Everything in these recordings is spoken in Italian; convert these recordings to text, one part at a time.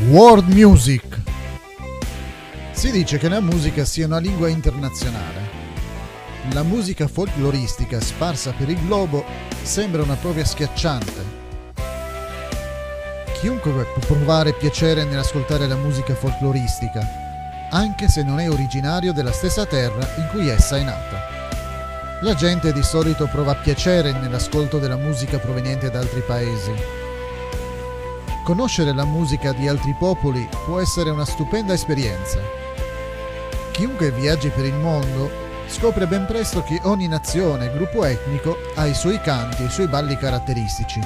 World Music. Si dice che la musica sia una lingua internazionale. La musica folcloristica sparsa per il globo sembra una prova schiacciante. Chiunque può provare piacere nell'ascoltare la musica folcloristica, anche se non è originario della stessa terra in cui essa è nata. La gente di solito prova piacere nell'ascolto della musica proveniente da altri paesi. Conoscere la musica di altri popoli può essere una stupenda esperienza. Chiunque viaggi per il mondo scopre ben presto che ogni nazione e gruppo etnico ha i suoi canti e i suoi balli caratteristici.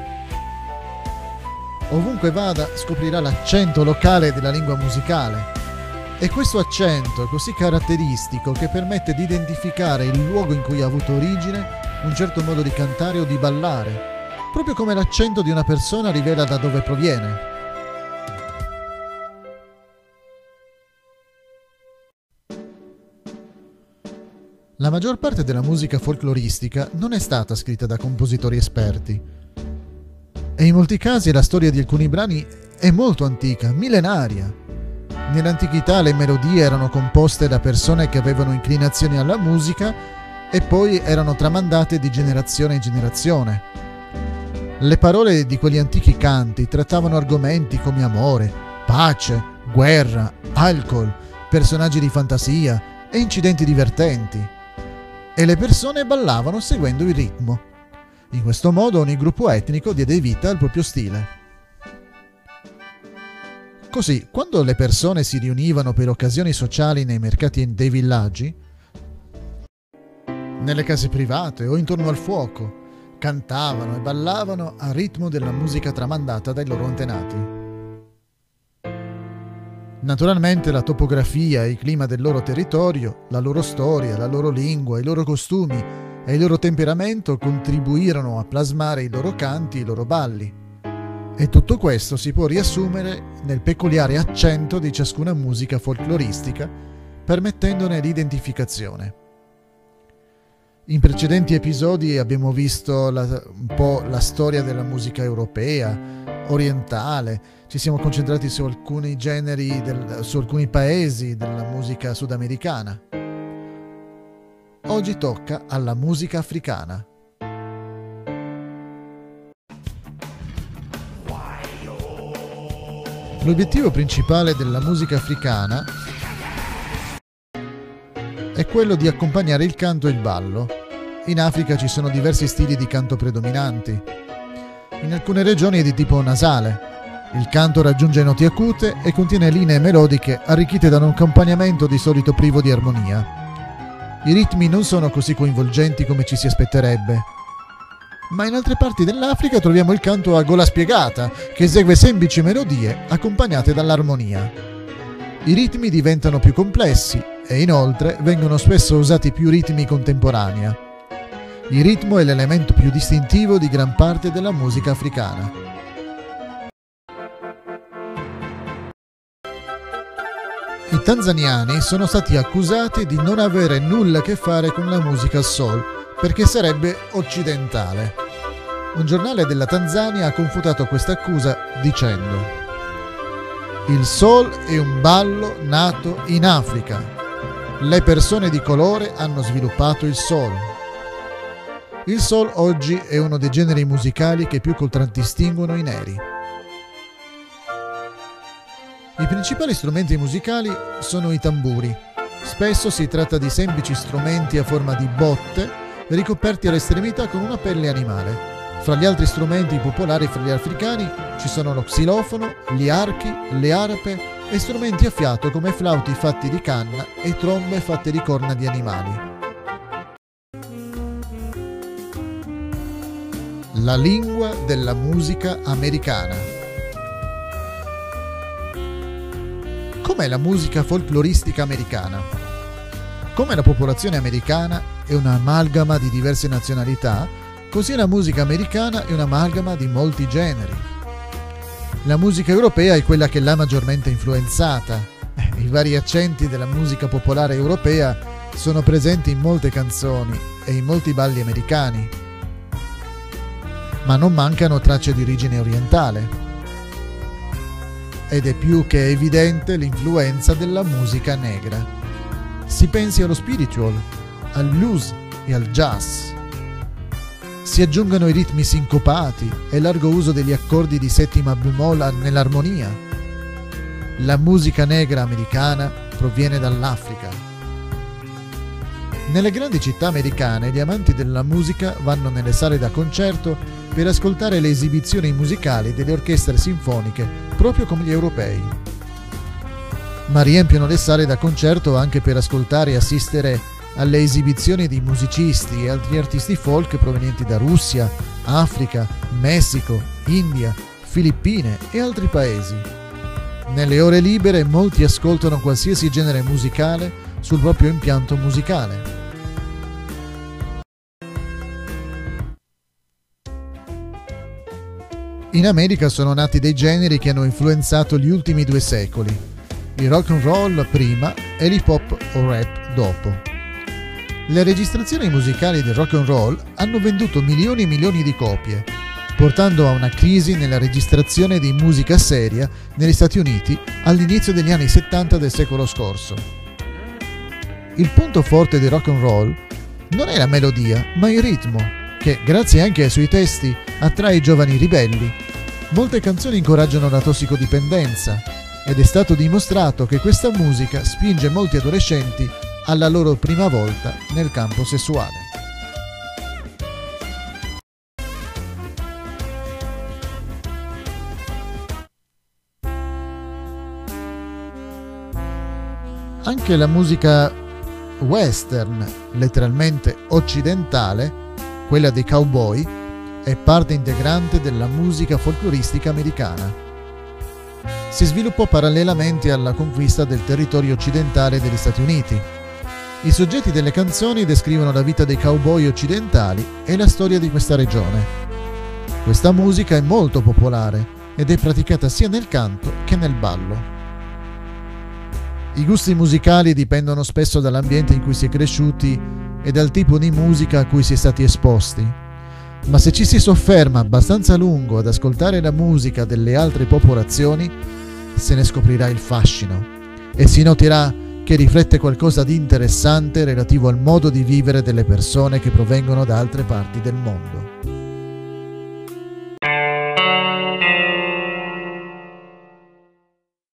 Ovunque vada scoprirà l'accento locale della lingua musicale. E questo accento è così caratteristico che permette di identificare il luogo in cui ha avuto origine un certo modo di cantare o di ballare, proprio come l'accento di una persona rivela da dove proviene. La maggior parte della musica folcloristica non è stata scritta da compositori esperti e in molti casi la storia di alcuni brani è molto antica, millenaria. Nell'antichità le melodie erano composte da persone che avevano inclinazioni alla musica e poi erano tramandate di generazione in generazione. Le parole di quegli antichi canti trattavano argomenti come amore, pace, guerra, alcol, personaggi di fantasia e incidenti divertenti. E le persone ballavano seguendo il ritmo. In questo modo ogni gruppo etnico diede vita al proprio stile. Così, quando le persone si riunivano per occasioni sociali nei mercati dei villaggi, nelle case private o intorno al fuoco, cantavano e ballavano al ritmo della musica tramandata dai loro antenati. Naturalmente la topografia e il clima del loro territorio, la loro storia, la loro lingua, i loro costumi e il loro temperamento contribuirono a plasmare i loro canti e i loro balli. E tutto questo si può riassumere nel peculiare accento di ciascuna musica folcloristica, permettendone l'identificazione. In precedenti episodi abbiamo visto un po' la storia della musica europea, orientale, ci siamo concentrati su alcuni generi, su alcuni paesi della musica sudamericana. Oggi tocca alla musica africana. L'obiettivo principale della musica africana è quello di accompagnare il canto e il ballo. In Africa ci sono diversi stili di canto predominanti. In alcune regioni è di tipo nasale. Il canto raggiunge noti acute e contiene linee melodiche arricchite da un accompagnamento di solito privo di armonia. I ritmi non sono così coinvolgenti come ci si aspetterebbe. Ma in altre parti dell'Africa troviamo il canto a gola spiegata, che esegue semplici melodie accompagnate dall'armonia. I ritmi diventano più complessi e inoltre vengono spesso usati più ritmi contemporanei. Il ritmo è l'elemento più distintivo di gran parte della musica africana. I tanzaniani sono stati accusati di non avere nulla a che fare con la musica soul, perché sarebbe occidentale. Un giornale della Tanzania ha confutato questa accusa dicendo: il soul è un ballo nato in Africa. Le persone di colore hanno sviluppato il soul. Il soul oggi è uno dei generi musicali che più contraddistinguono i neri. I principali strumenti musicali sono i tamburi. Spesso si tratta di semplici strumenti a forma di botte ricoperti all'estremità con una pelle animale. Fra gli altri strumenti popolari fra gli africani ci sono lo xilofono, gli archi, le arpe e strumenti a fiato come flauti fatti di canna e trombe fatte di corna di animali. La lingua della musica americana. Com'è la musica folcloristica americana? Come la popolazione americana è un'amalgama di diverse nazionalità, così la musica americana è un'amalgama di molti generi. La musica europea è quella che l'ha maggiormente influenzata. I vari accenti della musica popolare europea sono presenti in molte canzoni e in molti balli americani. Ma non mancano tracce di origine orientale. ed è più che evidente l'influenza della musica negra. Si pensi allo spiritual, al blues e al jazz. Si aggiungano i ritmi sincopati e largo uso degli accordi di settima bemolla nell'armonia. La musica negra americana proviene dall'Africa. Nelle grandi città americane gli amanti della musica vanno nelle sale da concerto per ascoltare le esibizioni musicali delle orchestre sinfoniche, proprio come gli europei. Ma riempiono le sale da concerto anche per ascoltare e assistere alle esibizioni di musicisti e altri artisti folk provenienti da Russia, Africa, Messico, India, Filippine e altri paesi. Nelle ore libere molti ascoltano qualsiasi genere musicale sul proprio impianto musicale. In America sono nati dei generi che hanno influenzato gli ultimi 2 secoli, il rock and roll prima e l'hip hop o rap dopo. Le registrazioni musicali del rock and roll hanno venduto milioni e milioni di copie, portando a una crisi nella registrazione di musica seria negli Stati Uniti all'inizio degli anni 70 del secolo scorso. Il punto forte del rock and roll non è la melodia, ma il ritmo, che, grazie anche ai suoi testi, attrae i giovani ribelli. Molte canzoni incoraggiano la tossicodipendenza ed è stato dimostrato che questa musica spinge molti adolescenti alla loro prima volta nel campo sessuale. Anche la musica western, letteralmente occidentale, quella dei cowboy, è parte integrante della musica folcloristica americana. Si sviluppò parallelamente alla conquista del territorio occidentale degli Stati Uniti. I soggetti delle canzoni descrivono la vita dei cowboy occidentali e la storia di questa regione. Questa musica è molto popolare ed è praticata sia nel canto che nel ballo. I gusti musicali dipendono spesso dall'ambiente in cui si è cresciuti e dal tipo di musica a cui si è stati esposti. Ma se ci si sofferma abbastanza a lungo ad ascoltare la musica delle altre popolazioni, se ne scoprirà il fascino e si noterà che riflette qualcosa di interessante relativo al modo di vivere delle persone che provengono da altre parti del mondo.